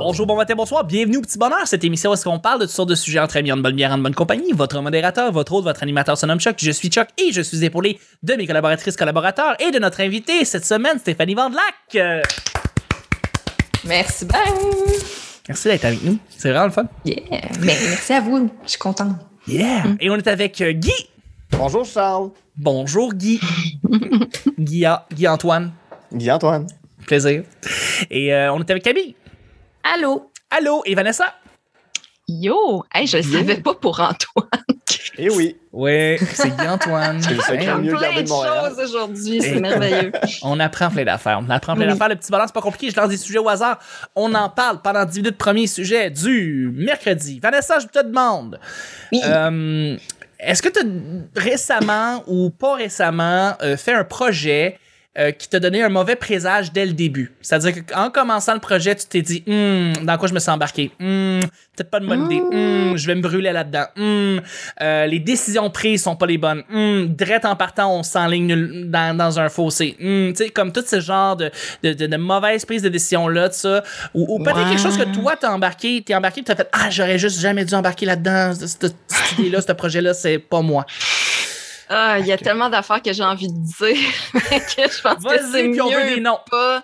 Bonjour, bon matin, bonsoir, bienvenue au Petit Bonheur, cette émission où est-ce qu'on parle de toutes sortes de sujets entre amis, en bonne bière, en bonne compagnie. Votre modérateur, votre hôte, votre animateur se nomme Chuck, je suis Chuck et je suis épaulé de mes collaboratrices, collaborateurs et de notre invité cette semaine, Stéphanie Vandelac. Merci bien. Merci d'être avec nous, c'est vraiment le fun. Yeah, mais merci à vous, je suis contente. Yeah, et on est avec Guy. Bonjour Charles. Bonjour Guy. Guy-Antoine. Guy-Antoine. Plaisir. Et on est avec Camille. Allô? Allô, et Vanessa? Yo! Hey, je le savais pas pour Antoine. Eh oui. Oui, c'est Guy-Antoine. C'est le secret mieux Plein gardé de de Montréal. choses aujourd'hui, c'est merveilleux. On apprend plein d'affaires. On apprend plein d'affaires. Le Petit Bonheur, c'est pas compliqué. Je lance des sujets au hasard. On en parle pendant 10 minutes. Premier sujet du mercredi. Vanessa, je te demande. Oui. Est-ce que tu as récemment ou pas récemment fait un projet qui t'a donné un mauvais présage dès le début? C'est-à-dire qu'en commençant le projet, tu t'es dit dans quoi je me suis embarqué? Peut-être pas une bonne idée. Je vais me brûler là-dedans. Les décisions prises sont pas les bonnes. Direct en partant, on s'enligne dans un fossé. Tu sais, comme tout ce genre de mauvaises prises de décision-là, de ça. Ou peut-être quelque chose que toi, t'es embarqué, t'as fait j'aurais juste jamais dû embarquer là-dedans. Cette idée-là, ce projet-là, c'est pas moi. Ah, il y a tellement d'affaires que j'ai envie de dire que je pense que c'est puis on veut mieux des noms. pas.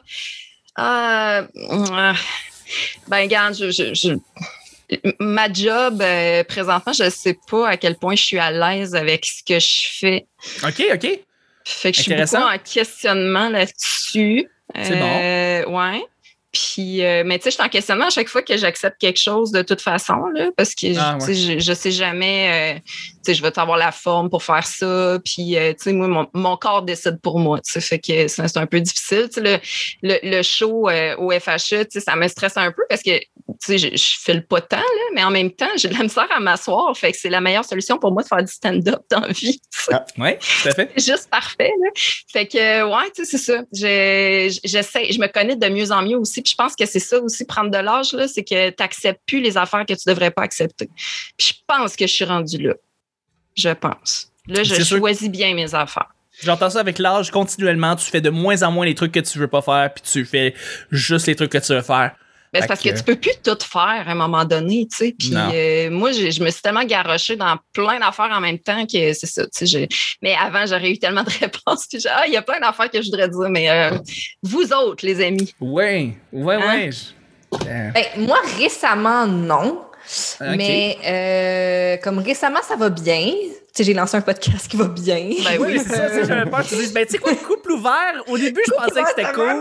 Ben, regarde, ma job, présentement, je sais pas à quel point je suis à l'aise avec ce que je fais. OK. Fait que je suis Intéressant. beaucoup en questionnement là-dessus. C'est bon. Ouais. Puis, mais tu sais, je suis en questionnement à chaque fois que j'accepte quelque chose de toute façon, là, parce que tu sais, je sais jamais, tu sais, je vais avoir la forme pour faire ça. Puis, tu sais, moi, mon corps décide pour moi. Tu sais, fait que c'est un peu difficile. Tu sais, le show au FHE, tu sais, ça me stresse un peu parce que, tu sais, je file pas tant, là, mais en même temps, j'ai de la misère à m'asseoir. Fait que c'est la meilleure solution pour moi de faire du stand-up dans la vie. Oui, tout à fait. C'est juste parfait, là. Fait que, ouais, tu sais, c'est ça. J'essaie, je me connais de mieux en mieux aussi. Puis je pense que c'est ça aussi, prendre de l'âge, là, c'est que tu n'acceptes plus les affaires que tu devrais pas accepter. Puis je pense que je suis rendue là. Je pense. Là, je choisis bien mes affaires. J'entends ça avec l'âge continuellement. Tu fais de moins en moins les trucs que tu veux pas faire, puis tu fais juste les trucs que tu veux faire. Ben, c'est parce que tu peux plus tout faire à un moment donné, tu sais. Puis moi, je me suis tellement garochée dans plein d'affaires en même temps que c'est ça, tu sais. Mais avant, j'aurais eu tellement de réponses. Puis il y a plein d'affaires que je voudrais dire, mais vous autres, les amis. Oui. Ben, moi, récemment, non. Okay. Mais comme récemment, ça va bien. Tu sais, j'ai lancé un podcast qui va bien. Ben oui, c'est ça. J'avais peur que tu dises, tu sais quoi, le couple ouvert, au début, je pensais que c'était cool.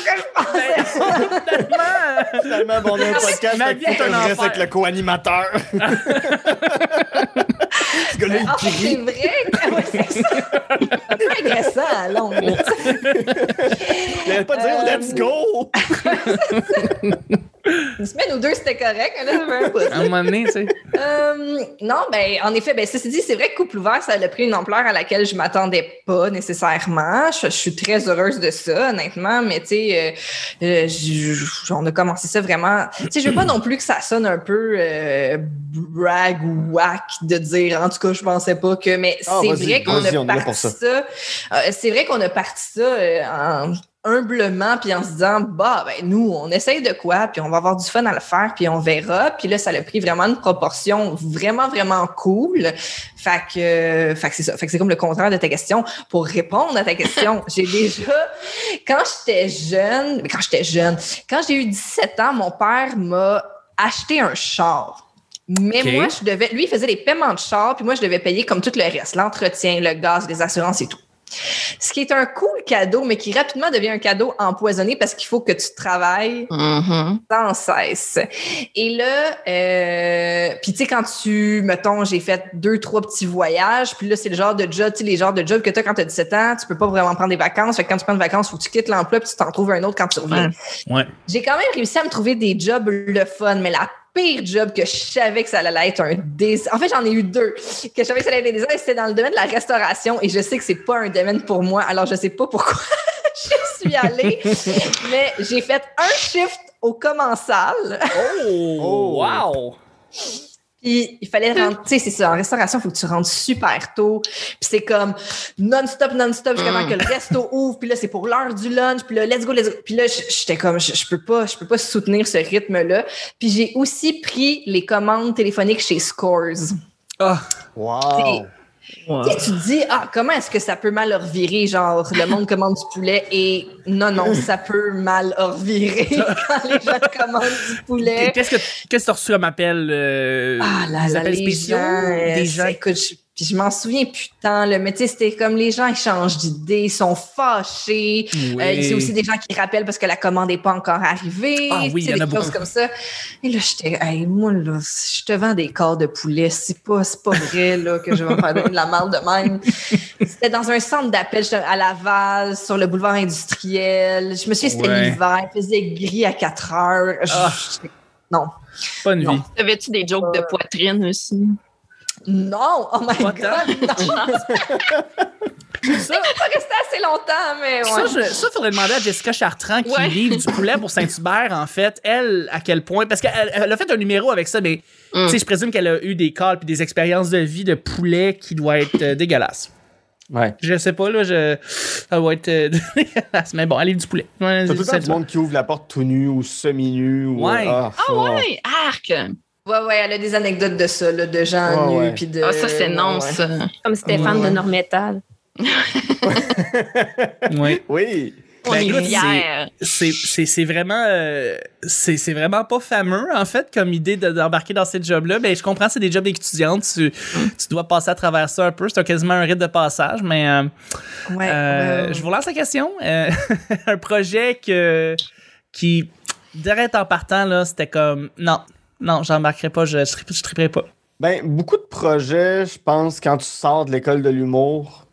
Finalement, bon, on a un podcast qui est un reste avec le co-animateur. Ce gars-là, il crie. C'est vrai. Ouais, c'est ça. Un peu agressant à longue. Il n'allait pas dire « Let's go ». Une semaine ou deux, c'était correct. Là, à un moment donné, tu sais. Non, ben, en effet, ben, ceci dit, c'est vrai que couple ouvert, ça a pris une ampleur à laquelle je m'attendais pas nécessairement. Je suis très heureuse de ça, honnêtement, mais tu sais, on a commencé ça vraiment. Tu sais, je veux pas non plus que ça sonne un peu brag ou whack de dire, en tout cas, je pensais pas que. Mais c'est vrai qu'on a parti ça. C'est vrai qu'on a parti ça humblement, puis en se disant, ben, nous, on essaye de quoi, puis on va avoir du fun à le faire, puis on verra. Puis là, ça a pris vraiment une proportion vraiment, vraiment cool. Fait que c'est ça. Fait que c'est comme le contraire de ta question. Pour répondre à ta question, j'ai déjà, quand j'ai eu 17 ans, mon père m'a acheté un char. Mais moi, lui, il faisait les paiements de char, puis moi, je devais payer comme tout le reste, l'entretien, le gaz, les assurances et tout. Ce qui est un cool cadeau, mais qui rapidement devient un cadeau empoisonné parce qu'il faut que tu travailles sans cesse. Et là, puis tu sais, quand mettons, j'ai fait 2-3 petits voyages, puis là, c'est le genre de job, tu sais, les genres de jobs que tu as quand tu as 17 ans, tu peux pas vraiment prendre des vacances. Fait que quand tu prends des vacances, il faut que tu quittes l'emploi puis tu t'en trouves un autre quand tu reviens. Ouais. J'ai quand même réussi à me trouver des jobs le fun, mais la pire job que je savais que ça allait être un désastre. En fait, j'en ai eu 2 que je savais que ça allait être un désastre. C'était dans le domaine de la restauration et je sais que c'est pas un domaine pour moi. Alors, je sais pas pourquoi je suis allée, mais j'ai fait un shift au commensal. Oh! Wow! Puis il fallait rentrer, tu sais, c'est ça, en restauration, il faut que tu rentres super tôt. Puis c'est comme non-stop jusqu'à temps que le resto ouvre. Puis là, c'est pour l'heure du lunch. Puis là, let's go. Puis là, j'étais comme, je peux pas soutenir ce rythme-là. Puis j'ai aussi pris les commandes téléphoniques chez Scores. Ah! Wow! Wow. Tu te dis, comment est-ce que ça peut mal revirer? Genre, le monde commande du poulet et non, ça peut mal revirer quand les gens commandent du poulet. Qu'est-ce que tu as reçu comme appel? Des appels spéciaux? Des gens? Écoute, je m'en souviens putain, mais tu sais, c'était comme les gens, ils changent d'idée, ils sont fâchés. Oui. C'est aussi des gens qui rappellent parce que la commande n'est pas encore arrivée. Ah oui, il y en a beaucoup. Des choses comme ça. Et là, j'étais, moi, là, je te vends des corps de poulet. C'est pas vrai, là, que je vais me faire donner de la marde de même. C'était dans un centre d'appel à Laval, sur le boulevard industriel. Je me suis dit, c'était l'hiver, il faisait gris à 4 heures. Non. Pas une vie. Avais-tu des jokes de poitrine aussi? Non! Oh my God! Non. Ça n'a pas resté assez longtemps, mais ouais. Ça, faudrait demander à Jessica Chartrand qui livre du poulet pour Saint-Hubert, en fait. Elle, à quel point... Parce qu'elle a fait un numéro avec ça, mais tu sais, je présume qu'elle a eu des calls et des expériences de vie de poulet qui doivent être dégueulasses. Ouais. Je sais pas, là, ça doit être dégueulasse. Mais bon, elle livre du poulet. T'as tout le temps du monde qui ouvre la porte tout nu ou semi-nu. Ou, ouais. Ouais, arc! Ouais, elle a des anecdotes de ça, là, de gens nus. Puis de... ça, c'est non, ça. Comme Stéphane de Normétal. Oui. Ben, écoute, c'est vraiment c'est vraiment pas fameux en fait comme idée d'embarquer dans ces jobs-là. Ben je comprends, c'est des jobs d'étudiante, tu dois passer à travers ça un peu, c'est quasiment un rite de passage, mais je vous lance la question. Un projet qui direct en partant là, c'était comme non, j'embarquerai pas, je triperai pas. Ben beaucoup de projets, je pense, quand tu sors de l'école de l'humour.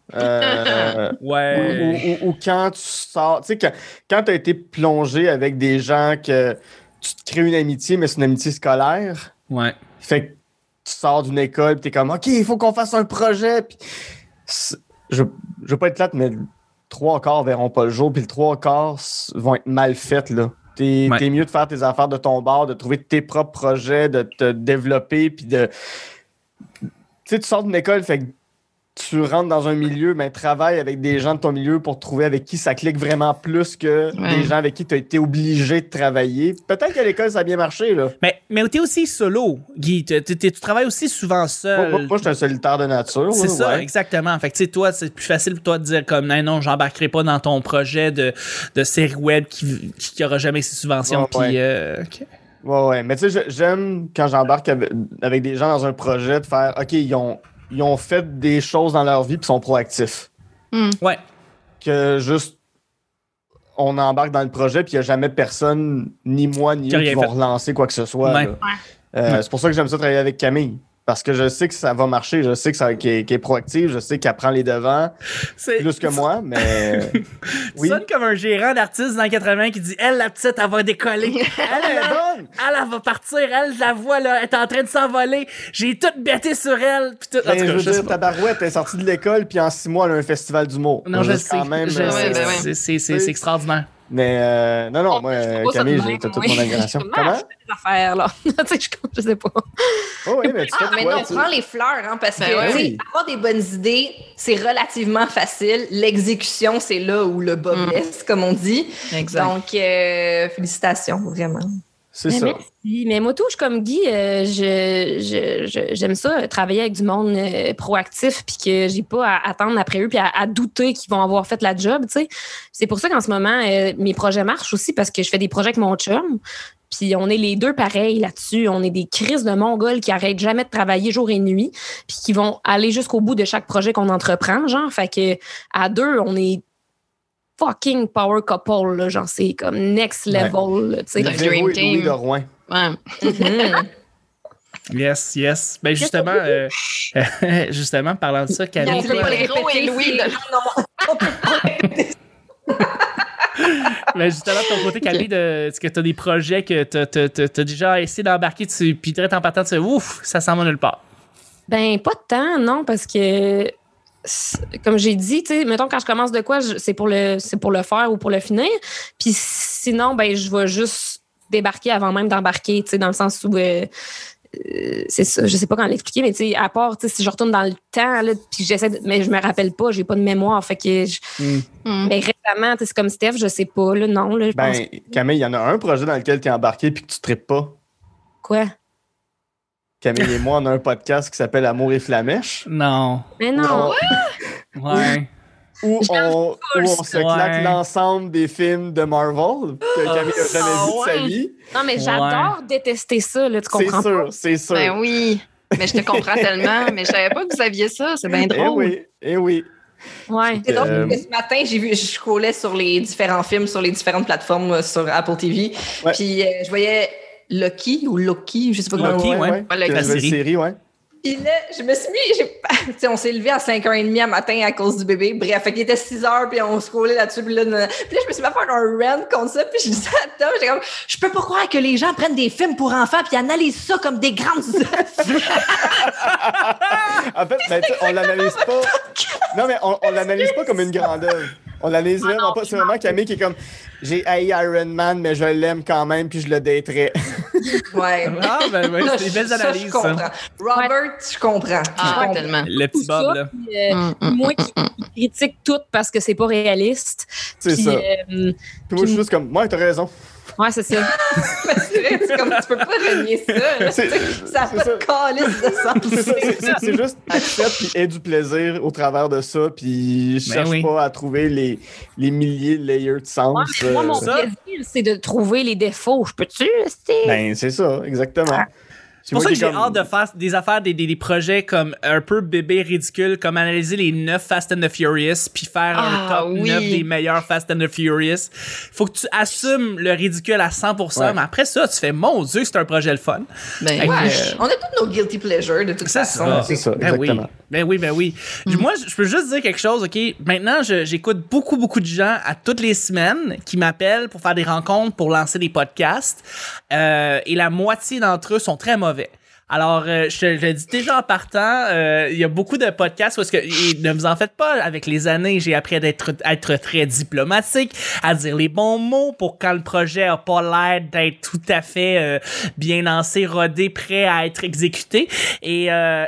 Ou quand tu sors, tu sais, quand tu as été plongé avec des gens que tu te crées une amitié, mais c'est une amitié scolaire. Ouais. Fait que tu sors d'une école et tu es comme, OK, il faut qu'on fasse un projet. Puis, je veux pas être plate, mais 3/4 verront pas le jour, puis le 3/4 vont être mal faits, là. T'es mieux de faire tes affaires de ton bord, de trouver tes propres projets, de te développer, puis de. Tu sais, tu sors d'une école, fait que tu rentres dans un milieu, mais travaille avec des gens de ton milieu pour trouver avec qui ça clique vraiment plus que des gens avec qui tu as été obligé de travailler. Peut-être qu'à l'école, ça a bien marché, là. Mais tu es aussi solo, Guy. Tu travailles aussi souvent seul. Moi, je suis un solitaire de nature. C'est ça, exactement. Fait que, tu sais, toi, c'est plus facile pour toi de dire comme, non, j'embarquerai pas dans ton projet de série web qui aura jamais ses subventions. Puis, Ouais. Mais tu sais, j'aime quand j'embarque avec des gens dans un projet de faire, OK, ils ont fait des choses dans leur vie puis sont proactifs. Ouais. Que juste, on embarque dans le projet puis il n'y a jamais personne, ni moi, ni eux, qui vont relancer quoi que ce soit. Ouais. C'est pour ça que j'aime ça travailler avec Camille. Parce que je sais que ça va marcher, je sais qu'elle est proactive, je sais qu'elle prend les devants plus que moi, mais... Tu sonnes comme un gérant d'artiste dans les 80 qui dit « Elle, la petite, elle va décoller. Elle va partir. Elle, je la vois, là, elle est en train de s'envoler. J'ai tout bêté sur elle. » Je veux dire, ta barouette, elle est sortie de l'école, puis en 6 mois, elle a un festival d'humour. Non, je sais. C'est extraordinaire. Mais non, moi, Camille, j'ai toute mon admiration. Comment? Affaires, là. Je sais pas. Oh, oui, mais non, prends les fleurs, hein, parce que avoir des bonnes idées, c'est relativement facile. L'exécution, c'est là où le bas blesse, comme on dit. Exact. Donc, félicitations, vraiment. C'est ça. Merci. Mais moi, tout, je comme Guy, j'aime ça, travailler avec du monde proactif, puis que j'ai pas à attendre après eux, puis à douter qu'ils vont avoir fait la job, tu sais. C'est pour ça qu'en ce moment, mes projets marchent aussi, parce que je fais des projets avec mon chum, puis on est les deux pareils là-dessus. On est des crises de Mongols qui arrêtent jamais de travailler jour et nuit, puis qui vont aller jusqu'au bout de chaque projet qu'on entreprend, genre. Fait que à deux, on est fucking power couple, là, genre, c'est comme next level, tu sais. Le Dream Team. Louis de Rouen. Ouais. Yes. Ben, justement, parlant de ça, Camille. Mais justement, de ton côté, Camille, est-ce que tu as des projets que tu as déjà essayé d'embarquer, puis direct en partant, tu sais, ouf, ça s'en va nulle part? Ben, pas de temps, non, parce que comme j'ai dit, tu sais, mettons, quand je commence de quoi, c'est pour le faire ou pour le finir. Puis sinon, ben, je vais juste débarquer avant même d'embarquer, tu sais, dans le sens où c'est ça, je sais pas comment l'expliquer, mais tu sais, à part, tu sais, si je retourne dans le temps, là, puis mais je me rappelle pas, j'ai pas de mémoire, fait que mais récemment, c'est comme Steph, je sais pas, là, non, là, je pense. Camille, il y en a un projet dans lequel tu es embarqué puis que tu trippes pas. Quoi? Camille et moi, on a un podcast qui s'appelle Amour et Flamèche. Non. Mais non. Ouais. Où on se claque l'ensemble des films de Marvel que Camille n'a jamais vu de sa vie. Non, mais j'adore détester ça, là, tu comprends pas? C'est sûr. Ben oui, mais je te comprends tellement, mais je savais pas que vous aviez ça, c'est bien drôle. Eh oui. Ouais. C'est drôle parce que ce matin, je scrollais sur les différents films, sur les différentes plateformes sur Apple TV, puis je voyais Loki, je sais pas comment Loki, la série, ouais. Puis là, je me suis mis, on s'est levé à 5h30 à matin à cause du bébé. Bref, fait qu'il était 6h, puis on scrollait là-dessus. Puis là, je me suis mis à faire un rant contre ça, puis je disais à Tom, j'étais comme, je peux pas croire que les gens prennent des films pour enfants puis analysent ça comme des grandes œuvres. En fait, on l'analyse pas. Non, mais on l'analyse pas comme une grande œuvre. On l'analyse vraiment pas. C'est vraiment Camille qui est comme, j'ai haï Iron Man, mais je l'aime quand même, puis je le daterais. Ouais. Ah, ben oui, c'est des belles analyses. Je comprends. Robert, je comprends. Tellement. Le petit Bob, là. Moi qui critique tout parce que c'est pas réaliste. C'est ça. Puis moi, je suis juste comme, moi, t'as raison. Ouais, c'est ça. C'est vrai, c'est comme tu peux pas renier ça. Ça n'a pas de calice de sens. C'est juste accepte puis aie du plaisir au travers de ça, puis je cherche pas à trouver les milliers de layers de sens. Ouais, moi, mon plaisir, c'est de trouver les défauts. Je peux-tu? Ben, c'est ça, exactement. C'est pour ça que j'ai hâte de faire des affaires, des projets comme un peu bébé ridicule, comme analyser les 9 Fast and the Furious, puis faire un top 9 des meilleurs Fast and the Furious. Faut que tu assumes le ridicule à 100%, mais après ça, tu fais, mon Dieu, c'est un projet le fun. Ben, on a tous nos guilty pleasures, de toute façon. C'est ça, exactement. Ben oui. Moi, je peux juste dire quelque chose, OK? Maintenant, j'écoute beaucoup de gens à toutes les semaines qui m'appellent pour faire des rencontres, pour lancer des podcasts. Et la moitié d'entre eux sont très mauvais. Alors, je le dis déjà en partant, il y a beaucoup de podcasts où ne vous en faites pas, avec les années, j'ai appris à être très diplomatique, à dire les bons mots pour quand le projet a pas l'air d'être tout à fait bien lancé, rodé, prêt à être exécuté. Mais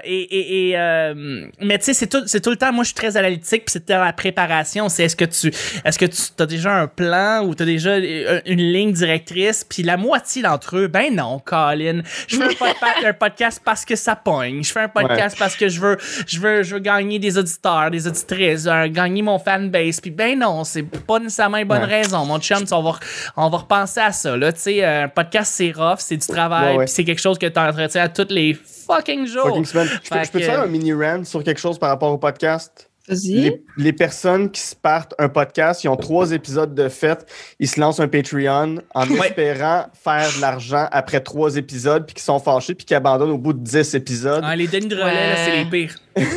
tu sais, c'est tout le temps, moi je suis très analytique, puis c'est dans la préparation, c'est est-ce que tu as déjà un plan ou tu as déjà une ligne directrice, puis la moitié d'entre eux, ben non, Colin, je fais un podcast parce que ça pogne. Je fais un podcast parce que je veux gagner des auditeurs, des auditrices, gagner mon fanbase. Puis ben non, c'est pas nécessairement une bonne raison. Mon chum, on va repenser à ça. Là, tu sais, un podcast, c'est rough, c'est du travail, puis c'est quelque chose que tu entretiens à tous les fucking jours. Je peux te faire un mini rant sur quelque chose par rapport au podcast? Les personnes qui se partent un podcast, ils ont 3 épisodes de fait, ils se lancent un Patreon en espérant faire de l'argent après 3 épisodes, puis qui sont fâchés, puis qui abandonnent au bout de 10 épisodes. Les Denis de relais, là, c'est les pires.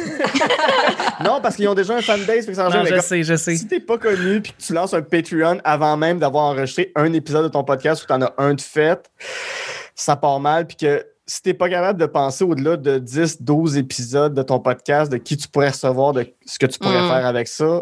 Non, parce qu'ils ont déjà un fanbase. Je sais. Si t'es pas connu, puis que tu lances un Patreon avant même d'avoir enregistré un épisode de ton podcast où t'en as un de fait, ça part mal, puis que si t'es pas capable de penser au-delà de 10-12 épisodes de ton podcast, de qui tu pourrais recevoir, de ce que tu pourrais faire avec ça,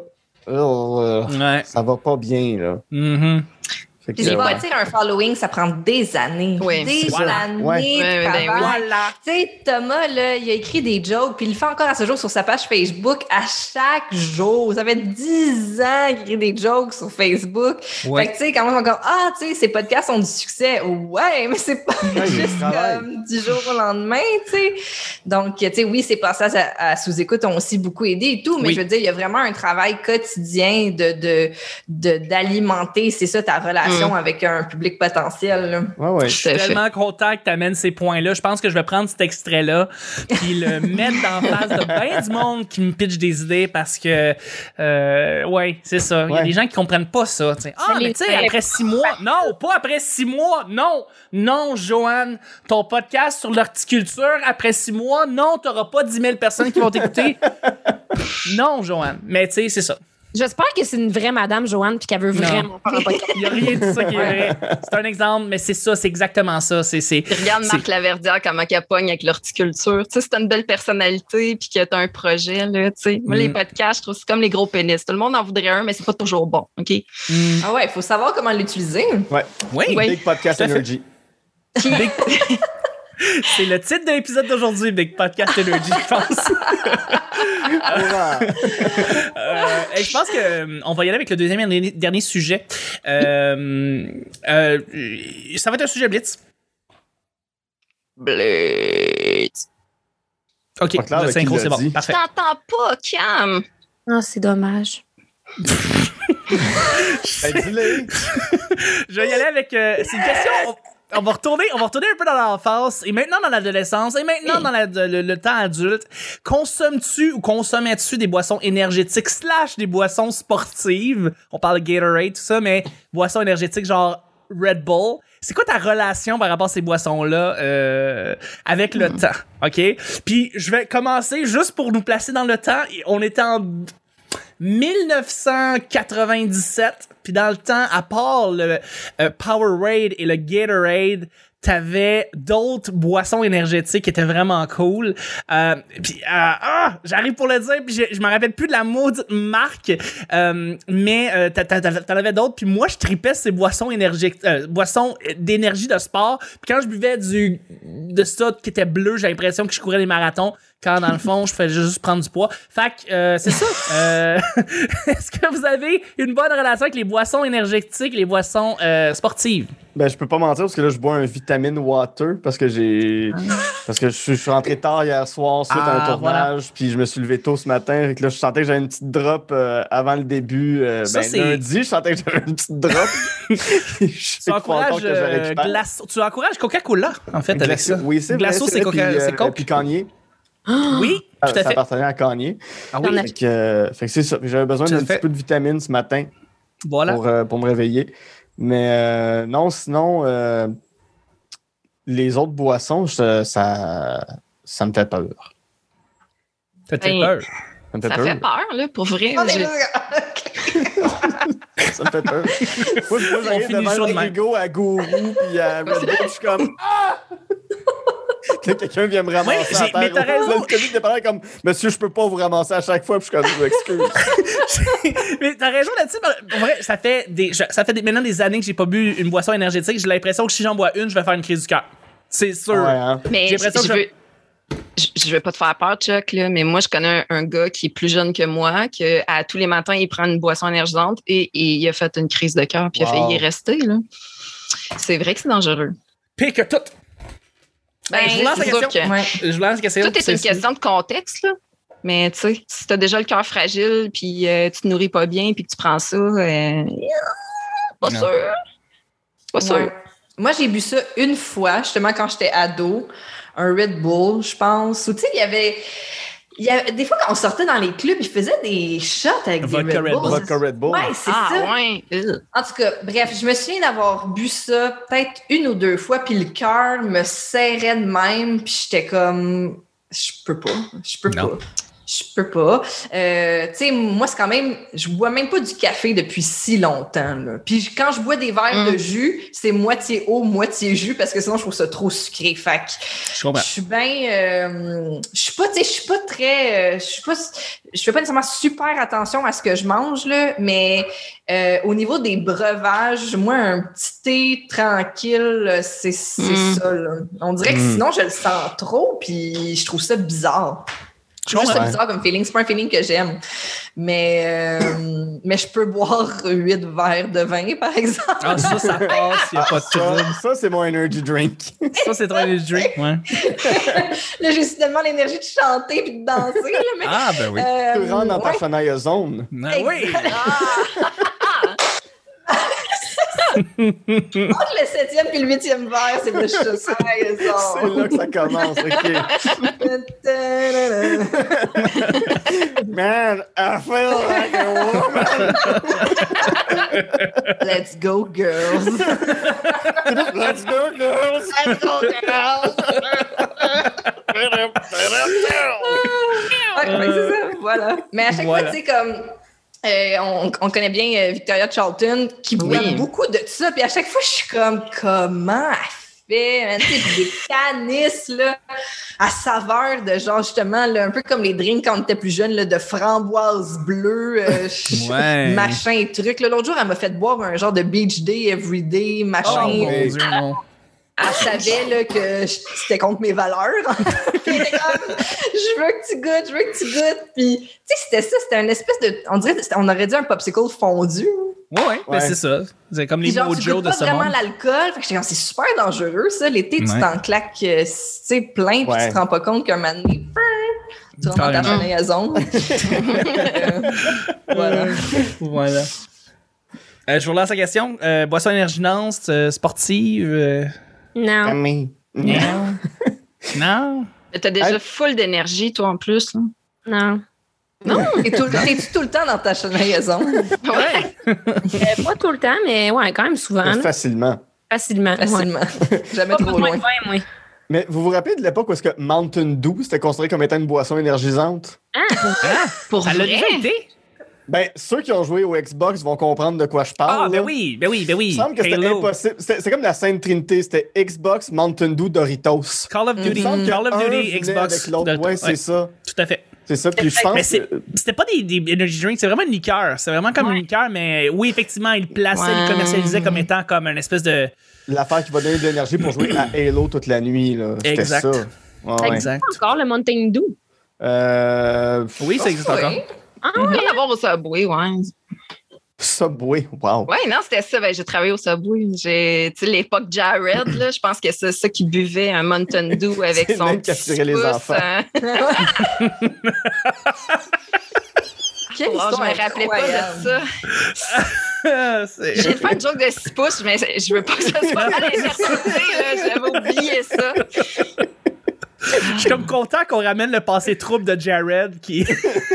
ça va pas bien, là. Puis bâtir un following, ça prend des années. Des années de travail. Tu sais, Thomas, là, il a écrit des jokes, puis il le fait encore à ce jour sur sa page Facebook à chaque jour. Ça fait 10 ans qu'il écrit des jokes sur Facebook. Fait que, tu sais, quand même encore, tu sais, ces podcasts ont du succès. Ouais, mais c'est pas juste comme du jour au lendemain, tu sais. Donc, tu sais, oui, ces passages à sous-écoute ont aussi beaucoup aidé et tout, mais je veux dire, il y a vraiment un travail quotidien d'alimenter, c'est ça, ta relation avec un public potentiel. Je suis tellement content que tu amènes ces points-là. Je pense que je vais prendre cet extrait-là puis le mettre en face de bien du monde qui me pitch des idées parce que, c'est ça. Il y a des gens qui comprennent pas ça. T'sais. Mais tu sais, après 6 mois, non, pas après 6 mois, non, Joanne, ton podcast sur l'horticulture, après 6 mois, non, t'auras pas 10 000 personnes qui vont t'écouter. Non, Joanne. Mais tu sais, c'est ça. J'espère que c'est une vraie madame, Joanne, puis qu'elle veut vraiment faire un podcast. Il n'y a rien de ça qui est vrai. C'est un exemple, mais c'est ça, c'est exactement ça. Regarde Marc Laverdière, comment elle pogne avec l'horticulture. Tu sais, c'est une belle personnalité, puis que tu as un projet, là, tu sais. Moi, les podcasts, je trouve que c'est comme les gros pénis. Tout le monde en voudrait un, mais c'est pas toujours bon, OK? Ah ouais, il faut savoir comment l'utiliser. Oui. Big Podcast Energy. C'est le titre de l'épisode d'aujourd'hui, Big Podcast Energy, je pense. Je pense qu'on va y aller avec le deuxième et dernier sujet. Ça va être un sujet blitz. Blitz. OK, le synchro, c'est bon. Parfait. Je t'entends pas, Cam. Ah, c'est dommage. Je vais y aller avec... c'est une question... On va retourner un peu dans l'enfance et maintenant dans l'adolescence et maintenant dans le temps adulte. Consommes-tu ou consommais-tu des boissons énergétiques / des boissons sportives? On parle de Gatorade, tout ça, mais boissons énergétiques genre Red Bull. C'est quoi ta relation par rapport à ces boissons-là avec le temps? OK? Puis je vais commencer juste pour nous placer dans le temps. On était en 1997, puis dans le temps, à part le Powerade et le Gatorade, t'avais d'autres boissons énergétiques qui étaient vraiment cool. J'arrive pour le dire, puis je me rappelle plus de la maudite marque, mais t'en avais d'autres. Puis moi, je tripais ces boissons boissons d'énergie de sport. Puis quand je buvais de ça qui était bleu, j'ai l'impression que je courais des marathons. Quand dans le fond, je faisais juste prendre du poids. Fait que c'est ça. Est-ce que vous avez une bonne relation avec les boissons énergétiques, les boissons sportives? Ben, je peux pas mentir parce que là, je bois un vitamine water parce que parce que je suis rentré tard hier soir suite à un tournage, puis je me suis levé tôt ce matin. Et que là, je sentais que j'avais une petite drop avant le début. Lundi, je sentais que j'avais une petite drop. Tu encourages Coca-Cola, en fait, avec ça. Oui, c'est vrai. Glaço, c'est Coke. Puis Kanye. Oui, tout à fait. Ça appartenait à Kanye. Ah oui? Fait que c'est ça. J'avais besoin d'un petit peu de vitamine ce matin pour me réveiller. Mais non, sinon, les autres boissons, ça me fait peur. Ça te fait peur? Ça fait peur, là, pour vrai. Ça me fait peur. Moi, j'arrive devant Rigo à Gourou puis à Red Bull, je suis comme... Quelqu'un vient me ramasser à terre. Mais t'as raison. Le COVID dépendant comme, monsieur, je peux pas vous ramasser à chaque fois, puis je suis comme, je m'excuse. Mais t'as raison là-dessus. En vrai, ça fait maintenant des années que j'ai pas bu une boisson énergétique. J'ai l'impression que si j'en bois une, je vais faire une crise du cœur. C'est sûr. Ouais, hein? Mais je vais pas te faire peur, Chuck, là, mais moi, je connais un gars qui est plus jeune que moi, qu'à tous les matins, il prend une boisson énergisante et il a fait une crise de cœur, puis il a failli y rester. Là. C'est vrai que c'est dangereux. Pire que tout. Je vous lance la question. Tout est une question de contexte, là. Mais tu sais, si t'as déjà le cœur fragile, puis tu te nourris pas bien, puis que tu prends ça, pas sûr. Pas sûr. Ouais. Moi, j'ai bu ça une fois, justement, quand j'étais ado. Un Red Bull, je pense. Ou tu sais, il y avait des fois, quand on sortait dans les clubs, ils faisaient des shots avec des Red Bull. Vodka Red Bull. Ouais, c'est ça. Ouais. En tout cas, bref, je me souviens d'avoir bu ça peut-être une ou deux fois, puis le cœur me serrait de même, puis j'étais comme... Je peux pas. Tu sais, moi, c'est quand même... Je bois même pas du café depuis si longtemps, là. Puis quand je bois des verres de jus, c'est moitié eau, moitié jus, parce que sinon, je trouve ça trop sucré. Fait que je suis bien... je fais pas nécessairement super attention à ce que je mange, là, mais au niveau des breuvages, moi, un petit thé tranquille, c'est ça, là. On dirait que sinon, je le sens trop, puis je trouve ça bizarre. Je trouve ça bizarre comme feeling. C'est pas un feeling que j'aime. Mais je peux boire 8 verres de vin, par exemple. Ah, ça passe. Y a pas de trouble. Ça, c'est mon energy drink. Ça, c'est ton energy drink, ouais. Là, j'ai tellement l'énergie de chanter puis de danser. Là, mais, ben oui. Tu rentres dans ta Shania Zone. Oui. Entre le 7e et le 8e verre, c'est le chat. C'est là que ça commence, OK. Man, I feel like a woman. Let's go, girls. Let's go, girls. Let's go, girls. C'est ça, voilà. Mais à chaque fois, tu sais, comme... on connaît bien Victoria Charlton qui boit beaucoup de ça. Puis à chaque fois, je suis comme, comment elle fait? Des canisses là, à saveur de genre, justement, là, un peu comme les drinks quand on était plus jeune, là, de framboise bleue, machin et truc. L'autre jour, elle m'a fait boire un genre de beach day, everyday, machin. Oh, mon Dieu, non. elle savait là, que c'était contre mes valeurs. Puis elle était comme, je veux que tu goûtes. Puis, tu sais, c'était une espèce de, on dirait, on aurait dit un popsicle fondu. Ouais. Ben c'est ça. C'est comme les Mojo de ce monde. Tu vraiment l'alcool. Fait que j'étais comme, c'est super dangereux, ça. L'été, tu t'en claques, tu sais, plein, puis tu te rends pas compte qu'un moment donné, tu rentres dans ta chenaille à zone. Voilà. Je vous relance la question. Boisson énergisante, sportive? Non. Non? T'as déjà full d'énergie, toi, en plus. Là. Non. Non? T'es-tu tout le temps dans ta chenaille à zone? Ouais. Pas tout le temps, mais ouais, quand même souvent. Là. Facilement. Facilement. Jamais trop loin. Mais vous vous rappelez de l'époque où est-ce que Mountain Dew c'était considéré comme étant une boisson énergisante? Pour ça l'a déjà été? Ben, ceux qui ont joué au Xbox vont comprendre de quoi je parle. Ah, ben oui. Il me semble que c'était impossible. C'est comme la Sainte Trinité. C'était Xbox, Mountain Dew, Doritos. Call of Duty, Xbox. Ouais, c'est ça. Tout à fait. C'est ça, puis je pense mais c'était pas des energy drinks, c'est vraiment une liqueur. C'est vraiment comme une liqueur, mais oui, effectivement, ils le commercialisaient comme étant comme une espèce de... L'affaire qui va donner de l'énergie pour jouer à Halo toute la nuit, là. C'était ça. Exact. Encore le Mountain Dew. Oui, ça existe encore. On va l'avoir au Subway, Subway, wow. Ouais, non, c'était ça. Ben, j'ai travaillé au Subway. Tu sais, l'époque Jared, là, je pense que c'est ça qui buvait un Mountain Dew avec son petit les pouce, enfants. Quelle histoire, je me rappelais pas de ça. J'ai fait une joke de 6 pouces, mais je veux pas que ça soit mal interprété. J'avais oublié ça. Je suis comme content qu'on ramène le passé trouble de Jared qui...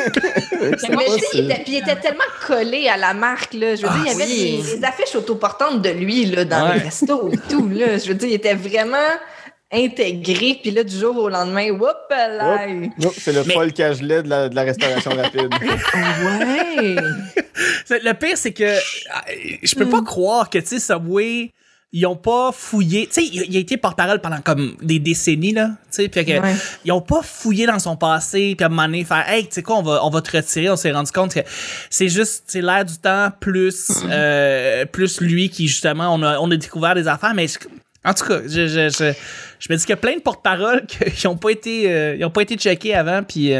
il était tellement collé à la marque, là. Je veux dire, il y avait des affiches autoportantes de lui là, dans les restos et tout. Là. Je veux dire, il était vraiment intégré. Puis là, du jour au lendemain, c'est le folk à gelée de la restauration rapide. Ouais! Le pire, c'est que je peux pas croire que, tu sais, Subway... Ils ont pas fouillé, tu sais, il a été porte-parole pendant comme des décennies, là, tu sais, puis que ils ont pas fouillé dans son passé, puis à un moment donné, faire, hey, tu sais quoi, on va te retirer, on s'est rendu compte que c'est juste, c'est l'air du temps plus lui qui, justement, on a découvert des affaires, mais en tout cas, je me dis qu'il y a plein de porte-parole qui ont pas été checkés avant, puis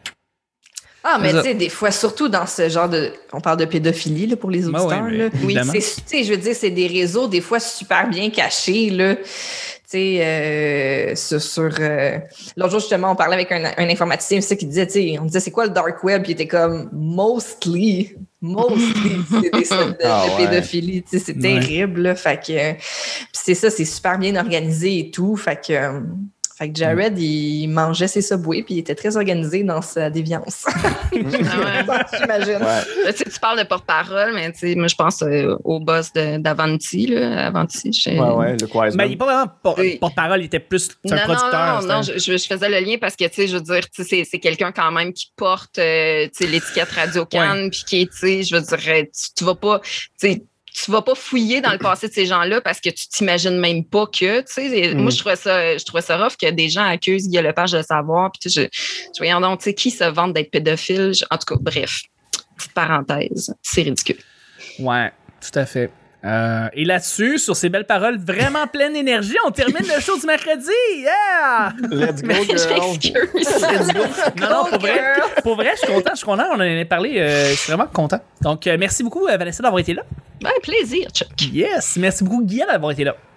Ah, mais tu sais, des fois, surtout dans ce genre de... On parle de pédophilie, là, pour les auditeurs, là. Oui, c'est, je veux dire, c'est des réseaux, des fois, super bien cachés, là. Tu sais, l'autre jour, justement, on parlait avec un informaticien, c'est ça, qui disait, tu sais, on disait, c'est quoi le dark web? Puis il était comme, mostly, c'est des sites de pédophilie. Tu sais, c'est terrible, là. Fait que... c'est ça, c'est super bien organisé et tout. Fait que Jared, il mangeait ses Subway puis il était très organisé dans sa déviance. J'imagine. Ouais. Tu parles de porte-parole, mais moi, je pense au boss d'Avanti. Là. Avanti, le Quasman. Mais il n'est pas vraiment porte-parole, il était plus un producteur. Non, je faisais le lien parce que, tu sais, je veux dire, c'est quelqu'un quand même qui porte l'étiquette Radio-Can, puis qui, tu sais, je veux dire, tu vas pas... Tu vas pas fouiller dans le passé de ces gens-là parce que tu t'imagines même pas que, tu sais, moi, je trouvais ça rough que des gens accusent Guy Lepage de savoir, puis je voyais donc, tu sais, qui se vante d'être pédophile, en tout cas, bref, petite parenthèse, c'est ridicule. Ouais, tout à fait. Et là-dessus, sur ces belles paroles vraiment pleines d'énergie, on termine le show du mercredi. Yeah! Let's go, girl! Non, pour vrai, je suis content, on en a parlé, je suis vraiment content. Donc, merci beaucoup, Vanessa, d'avoir été là. Ben, plaisir, Chuck. Yes, merci beaucoup, Guillaume, d'avoir été là.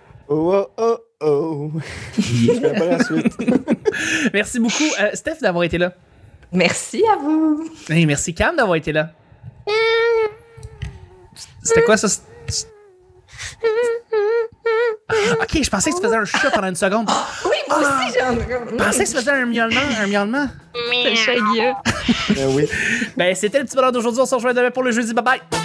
Je fais pas la suite. Merci beaucoup, Steph, d'avoir été là. Merci à vous. Hey, merci, Cam, d'avoir été là. C'était quoi ça? Ok, je pensais que tu faisais un chat pendant une seconde. Oui, moi aussi, je pensais que tu faisais un miaulement. C'est le chat Guillaume. Oui. Ben, c'était le petit bonheur d'aujourd'hui. On se rejoint demain pour le jeudi. Bye bye.